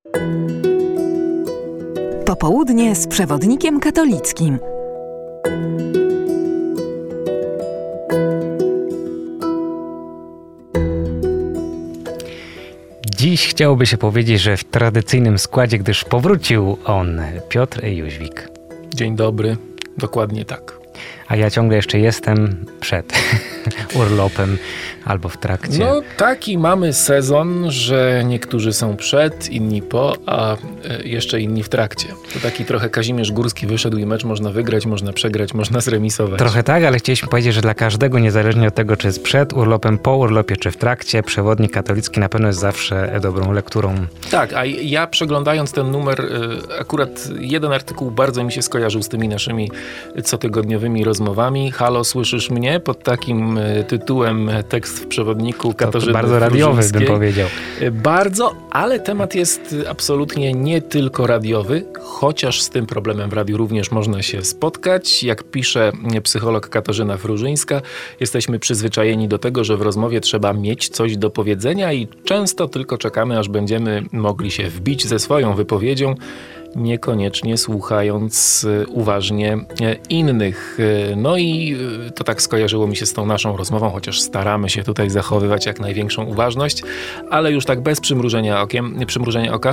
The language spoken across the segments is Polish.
Popołudnie z przewodnikiem katolickim. Dziś chciałoby się powiedzieć, że w tradycyjnym składzie, gdyż powrócił on, Piotr Jóźwik. Dzień dobry, dokładnie tak. A ja ciągle jeszcze jestem przed urlopem albo w trakcie. No taki mamy sezon, że niektórzy są przed, inni po, a jeszcze inni w trakcie. To taki trochę Kazimierz Górski wyszedł i mecz można wygrać, można przegrać, można zremisować. Trochę tak, ale chcieliśmy powiedzieć, że dla każdego, niezależnie od tego, czy jest przed urlopem, po urlopie, czy w trakcie, przewodnik katolicki na pewno jest zawsze dobrą lekturą. Tak, a ja przeglądając ten numer, akurat jeden artykuł bardzo mi się skojarzył z tymi naszymi cotygodniowymi rozmowami. Halo, słyszysz mnie? Pod takim tytułem tekst w przewodniku Katarzyny To bardzo radiowy, bym powiedział. Bardzo, ale temat jest absolutnie nie tylko radiowy, chociaż z tym problemem w radiu również można się spotkać. Jak pisze psycholog Katarzyna Frużyńska, jesteśmy przyzwyczajeni do tego, że w rozmowie trzeba mieć coś do powiedzenia i często tylko czekamy, aż będziemy mogli się wbić ze swoją wypowiedzią, niekoniecznie słuchając uważnie innych. No i to tak skojarzyło mi się z tą naszą rozmową, chociaż staramy się tutaj zachowywać jak największą uważność, ale już tak bez przymrużenia oka.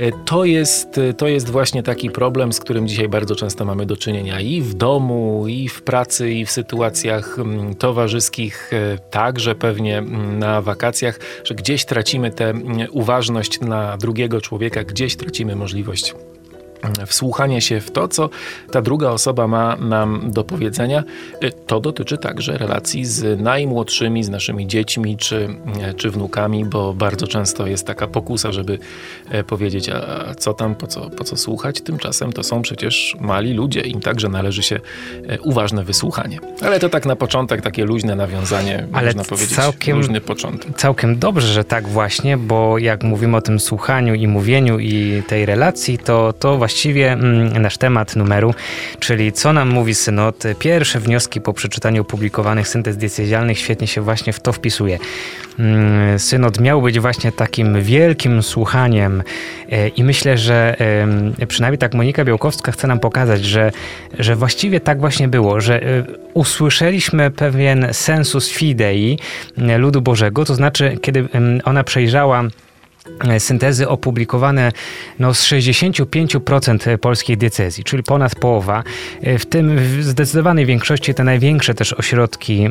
To jest właśnie taki problem, z którym dzisiaj bardzo często mamy do czynienia i w domu, i w pracy, i w sytuacjach towarzyskich, także pewnie na wakacjach, że gdzieś tracimy tę uważność na drugiego człowieka, gdzieś tracimy możliwość wsłuchania się w to, co ta druga osoba ma nam do powiedzenia. To dotyczy także relacji z najmłodszymi, z naszymi dziećmi czy wnukami, bo bardzo często jest taka pokusa, żeby powiedzieć, a co tam, po co słuchać? Tymczasem to są przecież mali ludzie, im także należy się uważne wysłuchanie. Ale to tak na początek, takie luźne nawiązanie, ale można powiedzieć, luźny początek. Całkiem dobrze, że tak właśnie, bo jak mówimy o tym słuchaniu i mówieniu i tej relacji, to właściwie nasz temat numeru, czyli co nam mówi synod. Pierwsze wnioski po przeczytaniu opublikowanych syntez diecezjalnych świetnie się właśnie w to wpisuje. Synod miał być właśnie takim wielkim słuchaniem i myślę, że przynajmniej tak Monika Białkowska chce nam pokazać, że właściwie tak właśnie było, że usłyszeliśmy pewien sensus fidei ludu Bożego, to znaczy kiedy ona przejrzała syntezy opublikowane z 65% polskiej diecezji, czyli ponad połowa. W tym w zdecydowanej większości te największe też ośrodki,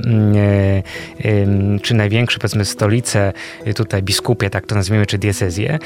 czy największe powiedzmy stolice, tutaj biskupie, tak to nazwijmy, czy diecezje,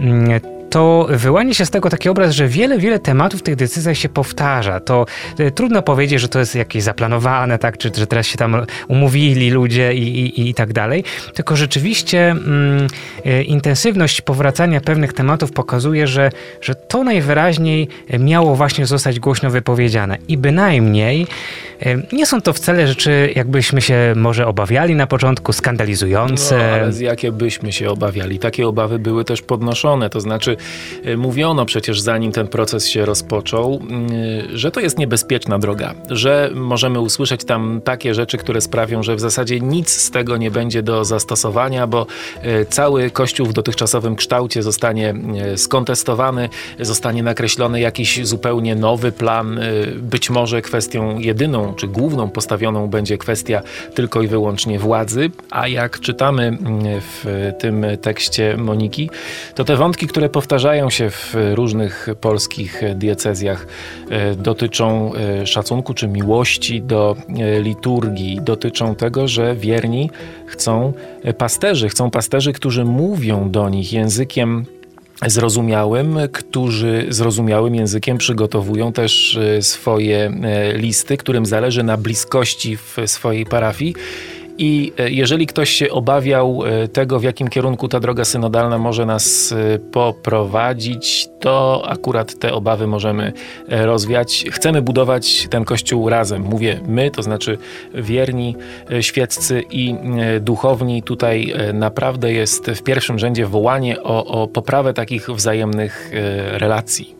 to wyłania się z tego taki obraz, że wiele tematów w tych decyzjach się powtarza. To trudno powiedzieć, że to jest jakieś zaplanowane, tak, czy że teraz się tam umówili ludzie i tak dalej. Tylko rzeczywiście intensywność powracania pewnych tematów pokazuje, że to najwyraźniej miało właśnie zostać głośno wypowiedziane. I bynajmniej nie są to wcale rzeczy, jakbyśmy się może obawiali na początku, skandalizujące. No, ale z jakie byśmy się obawiali? Takie obawy były też podnoszone. To znaczy mówiono przecież, zanim ten proces się rozpoczął, że to jest niebezpieczna droga, że możemy usłyszeć tam takie rzeczy, które sprawią, że w zasadzie nic z tego nie będzie do zastosowania, bo cały Kościół w dotychczasowym kształcie zostanie skontestowany, zostanie nakreślony jakiś zupełnie nowy plan, być może kwestią jedyną czy główną postawioną będzie kwestia tylko i wyłącznie władzy, a jak czytamy w tym tekście Moniki, to te wątki, które powtarzają się w różnych polskich diecezjach, dotyczą szacunku czy miłości do liturgii, dotyczą tego, że wierni chcą pasterzy, którzy mówią do nich językiem zrozumiałym, którzy zrozumiałym językiem przygotowują też swoje listy, którym zależy na bliskości w swojej parafii. I jeżeli ktoś się obawiał tego, w jakim kierunku ta droga synodalna może nas poprowadzić, to akurat te obawy możemy rozwiać. Chcemy budować ten Kościół razem. Mówię my, to znaczy wierni, świeccy i duchowni. Tutaj naprawdę jest w pierwszym rzędzie wołanie o poprawę takich wzajemnych relacji.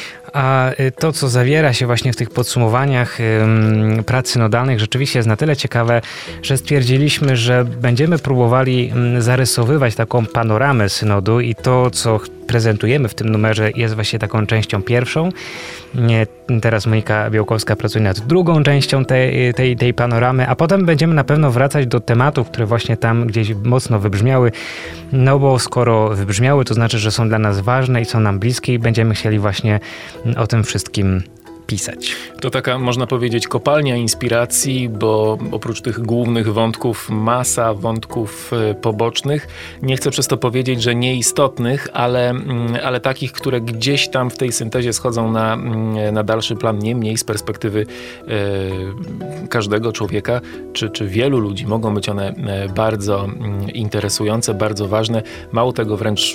A to, co zawiera się właśnie w tych podsumowaniach prac synodalnych, rzeczywiście jest na tyle ciekawe, że stwierdziliśmy, że będziemy próbowali zarysowywać taką panoramę synodu i to, co prezentujemy w tym numerze, jest właśnie taką częścią pierwszą. Teraz Monika Białkowska pracuje nad drugą częścią tej panoramy, a potem będziemy na pewno wracać do tematów, które właśnie tam gdzieś mocno wybrzmiały, no bo skoro wybrzmiały, to znaczy, że są dla nas ważne i są nam bliskie i będziemy chcieli właśnie o tym wszystkim pisać. To taka, można powiedzieć, kopalnia inspiracji, bo oprócz tych głównych wątków masa wątków pobocznych. Nie chcę przez to powiedzieć, że nieistotnych, ale takich, które gdzieś tam w tej syntezie schodzą na dalszy plan, niemniej z perspektywy każdego człowieka, czy wielu ludzi mogą być one bardzo interesujące, bardzo ważne, mało tego wręcz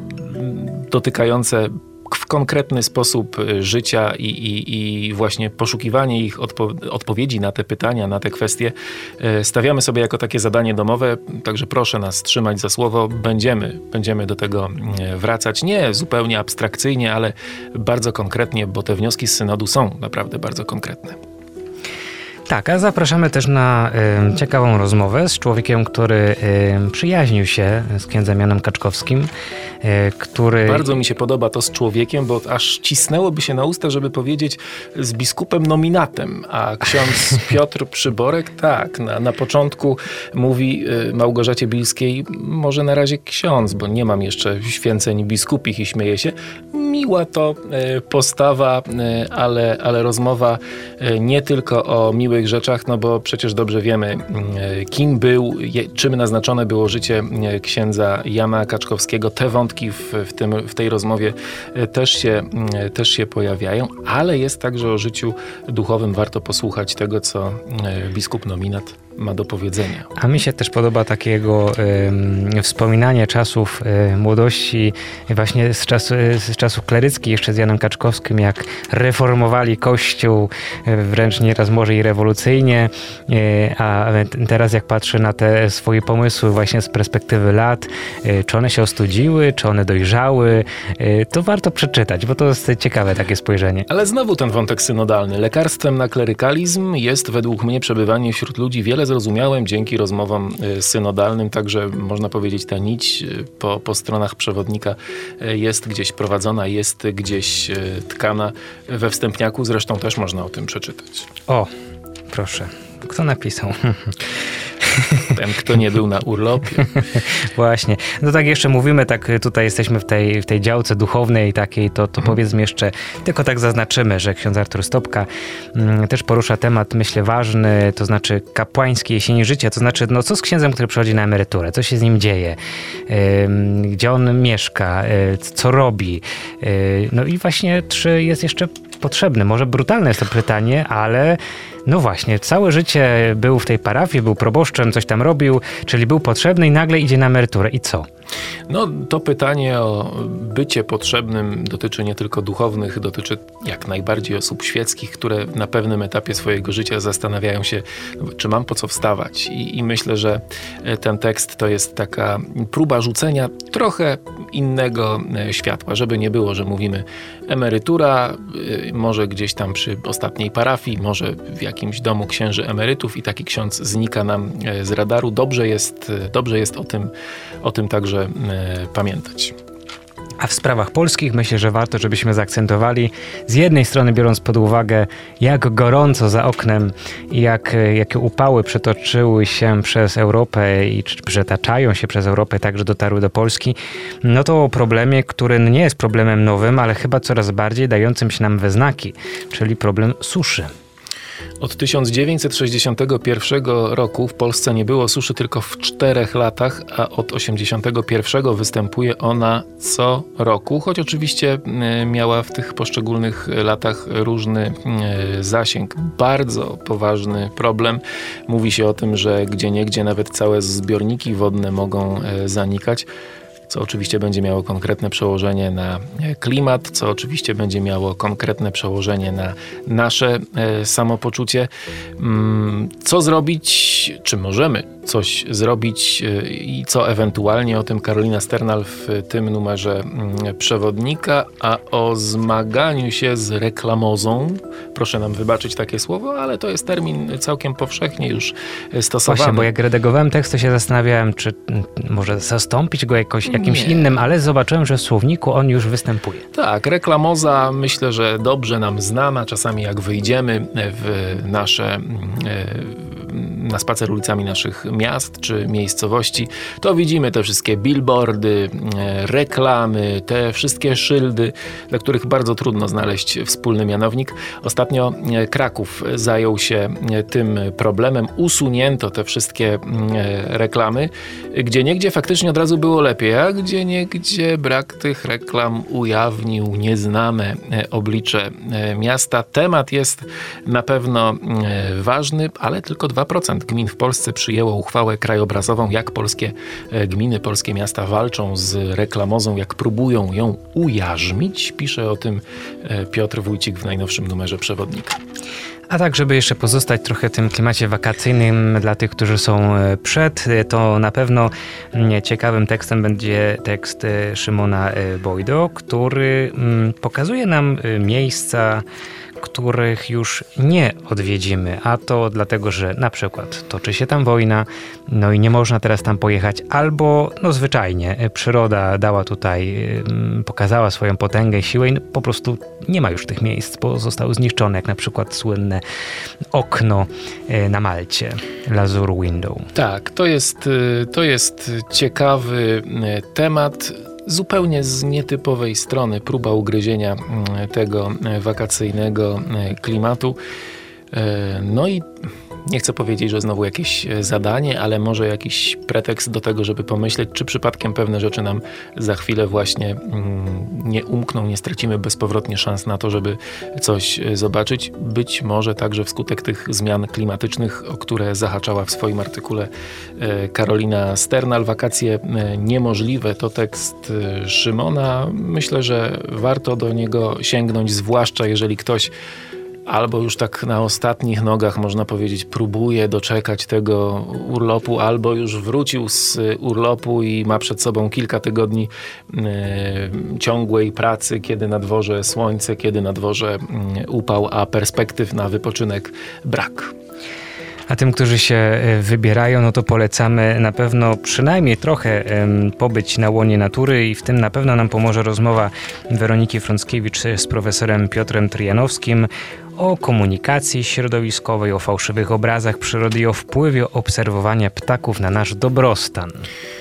dotykające w konkretny sposób życia i właśnie poszukiwanie ich odpowiedzi na te pytania, na te kwestie stawiamy sobie jako takie zadanie domowe, także proszę nas trzymać za słowo. Będziemy do tego wracać, nie zupełnie abstrakcyjnie, ale bardzo konkretnie, bo te wnioski z synodu są naprawdę bardzo konkretne. Tak, a zapraszamy też na ciekawą rozmowę z człowiekiem, który przyjaźnił się z księdzem Janem Kaczkowskim, który... Bardzo mi się podoba to z człowiekiem, bo aż cisnęłoby się na usta, żeby powiedzieć z biskupem nominatem, a ksiądz Piotr Przyborek, tak, na początku mówi Małgorzacie Bilskiej, może na razie ksiądz, bo nie mam jeszcze święceń biskupich i śmieje się. Miła to postawa, ale rozmowa nie tylko o miłych rzeczach, no bo przecież dobrze wiemy, kim był, czym naznaczone było życie księdza Jana Kaczkowskiego. Te wątki w tej rozmowie też się pojawiają, ale jest także o życiu duchowym. Warto posłuchać tego, co biskup nominat ma do powiedzenia. A mi się też podoba takiego wspominanie czasów młodości, właśnie z czasów kleryckich, jeszcze z Janem Kaczkowskim, jak reformowali Kościół, wręcz nieraz może i rewolucyjnie, a teraz jak patrzę na te swoje pomysły właśnie z perspektywy lat, czy one się ostudziły, czy one dojrzały, to warto przeczytać, bo to jest ciekawe takie spojrzenie. Ale znowu ten wątek synodalny. Lekarstwem na klerykalizm jest według mnie przebywanie wśród ludzi wiele zrozumiałem dzięki rozmowom synodalnym, także można powiedzieć ta nić po stronach przewodnika jest gdzieś prowadzona, jest gdzieś tkana we wstępniaku, zresztą też można o tym przeczytać. O, proszę. Kto napisał? Ten, kto nie był na urlopie. Właśnie. No tak jeszcze mówimy, tak tutaj jesteśmy w tej działce duchownej takiej, to powiedzmy jeszcze, tylko tak zaznaczymy, że ksiądz Artur Stopka też porusza temat, myślę, ważny, to znaczy kapłańskiej jesieni życia, to znaczy, no co z księdzem, który przechodzi na emeryturę, co się z nim dzieje, gdzie on mieszka, co robi, no i właśnie, czy jest jeszcze potrzebny. Może brutalne jest to pytanie, ale no właśnie, całe życie był w tej parafii, był proboszczem, coś tam robił, czyli był potrzebny i nagle idzie na emeryturę. I co? No to pytanie o bycie potrzebnym dotyczy nie tylko duchownych, dotyczy jak najbardziej osób świeckich, które na pewnym etapie swojego życia zastanawiają się, czy mam po co wstawać. I myślę, że ten tekst to jest taka próba rzucenia trochę innego światła, żeby nie było, że mówimy emerytura, może gdzieś tam przy ostatniej parafii, może w jakimś domu księży emerytów i taki ksiądz znika nam z radaru. Dobrze jest o tym także pamiętać. A w sprawach polskich myślę, że warto, żebyśmy zaakcentowali, z jednej strony biorąc pod uwagę, jak gorąco za oknem i jakie upały przetoczyły się przez Europę i przetaczają się przez Europę, także dotarły do Polski, no to o problemie, który nie jest problemem nowym, ale chyba coraz bardziej dającym się nam we znaki, czyli problem suszy. Od 1961 roku w Polsce nie było suszy tylko w 4 latach, a od 1981 występuje ona co roku, choć oczywiście miała w tych poszczególnych latach różny zasięg. Bardzo poważny problem. Mówi się o tym, że gdzieniegdzie nawet całe zbiorniki wodne mogą zanikać, co oczywiście będzie miało konkretne przełożenie na klimat, co oczywiście będzie miało konkretne przełożenie na nasze samopoczucie. Co zrobić, czy możemy coś zrobić i co ewentualnie. O tym Karolina Sternal w tym numerze przewodnika, a o zmaganiu się z reklamozą, proszę nam wybaczyć takie słowo, ale to jest termin całkiem powszechnie już stosowany. Właśnie, bo jak redagowałem tekst, to się zastanawiałem, czy może zastąpić go jakimś innym, ale zobaczyłem, że w słowniku on już występuje. Tak, reklamoza myślę, że dobrze nam znana. Czasami jak wyjdziemy na spacer ulicami naszych miast czy miejscowości, to widzimy te wszystkie billboardy, reklamy, te wszystkie szyldy, dla których bardzo trudno znaleźć wspólny mianownik. Ostatnio Kraków zajął się tym problemem. Usunięto te wszystkie reklamy, gdzieniegdzie faktycznie od razu było lepiej, a gdzieniegdzie brak tych reklam ujawnił nieznane oblicze miasta. Temat jest na pewno ważny, ale tylko 2% gmin w Polsce przyjęło uchwałę krajobrazową, jak polskie gminy, polskie miasta walczą z reklamozą, jak próbują ją ujarzmić. Pisze o tym Piotr Wójcik w najnowszym numerze przewodnika. A tak, żeby jeszcze pozostać trochę w tym klimacie wakacyjnym dla tych, którzy są przed, to na pewno ciekawym tekstem będzie tekst Szymona Bojdo, który pokazuje nam miejsca, których już nie odwiedzimy, a to dlatego, że na przykład toczy się tam wojna, no i nie można teraz tam pojechać, albo no zwyczajnie przyroda dała tutaj, pokazała swoją potęgę, siłę i po prostu nie ma już tych miejsc, bo zostały zniszczone, jak na przykład słynne okno na Malcie, Lazur Window. Tak, to jest ciekawy temat. Zupełnie z nietypowej strony próba ugryzienia tego wakacyjnego klimatu. No i nie chcę powiedzieć, że znowu jakieś zadanie, ale może jakiś pretekst do tego, żeby pomyśleć, czy przypadkiem pewne rzeczy nam za chwilę właśnie nie umkną, nie stracimy bezpowrotnie szans na to, żeby coś zobaczyć. Być może także wskutek tych zmian klimatycznych, o które zahaczała w swoim artykule Karolina Sternal. Wakacje niemożliwe to tekst Szymona. Myślę, że warto do niego sięgnąć, zwłaszcza jeżeli ktoś albo już tak na ostatnich nogach, można powiedzieć, próbuje doczekać tego urlopu, albo już wrócił z urlopu i ma przed sobą kilka tygodni ciągłej pracy, kiedy na dworze słońce, kiedy na dworze upał, a perspektyw na wypoczynek brak. A tym, którzy się wybierają, no to polecamy na pewno przynajmniej trochę pobyć na łonie natury i w tym na pewno nam pomoże rozmowa Weroniki Frąckiewicz z profesorem Piotrem Tryjanowskim o komunikacji środowiskowej, o fałszywych obrazach przyrody i o wpływie obserwowania ptaków na nasz dobrostan.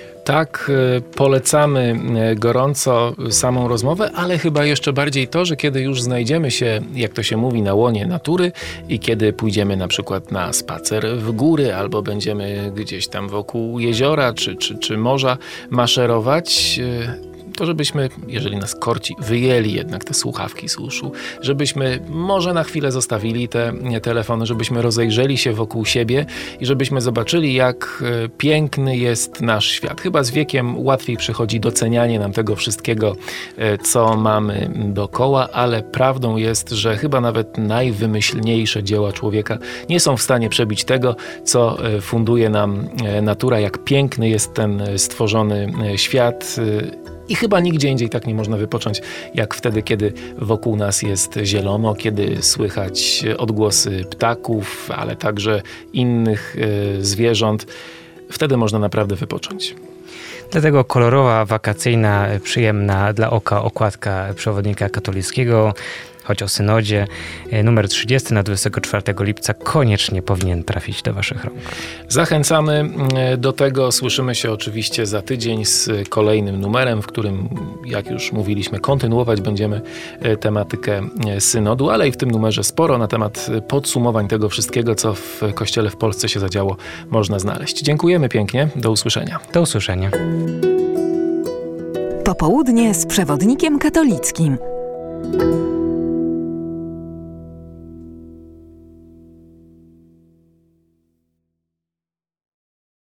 Tak, polecamy gorąco samą rozmowę, ale chyba jeszcze bardziej to, że kiedy już znajdziemy się, jak to się mówi, na łonie natury i kiedy pójdziemy na przykład na spacer w góry albo będziemy gdzieś tam wokół jeziora czy morza maszerować, to żebyśmy, jeżeli nas korci, wyjęli jednak te słuchawki z uszu, żebyśmy może na chwilę zostawili te telefony, żebyśmy rozejrzeli się wokół siebie i żebyśmy zobaczyli, jak piękny jest nasz świat. Chyba z wiekiem łatwiej przychodzi docenianie nam tego wszystkiego, co mamy dookoła, ale prawdą jest, że chyba nawet najwymyślniejsze dzieła człowieka nie są w stanie przebić tego, co funduje nam natura, jak piękny jest ten stworzony świat. I chyba nigdzie indziej tak nie można wypocząć, jak wtedy, kiedy wokół nas jest zielono, kiedy słychać odgłosy ptaków, ale także innych zwierząt. Wtedy można naprawdę wypocząć. Dlatego kolorowa, wakacyjna, przyjemna dla oka okładka przewodnika katolickiego, choć o synodzie, numer 30 na 24 lipca koniecznie powinien trafić do waszych rąk. Zachęcamy do tego. Słyszymy się oczywiście za tydzień z kolejnym numerem, w którym, jak już mówiliśmy, kontynuować będziemy tematykę synodu, ale i w tym numerze sporo na temat podsumowań tego wszystkiego, co w Kościele w Polsce się zadziało, można znaleźć. Dziękujemy pięknie. Do usłyszenia. Do usłyszenia. Popołudnie z przewodnikiem katolickim.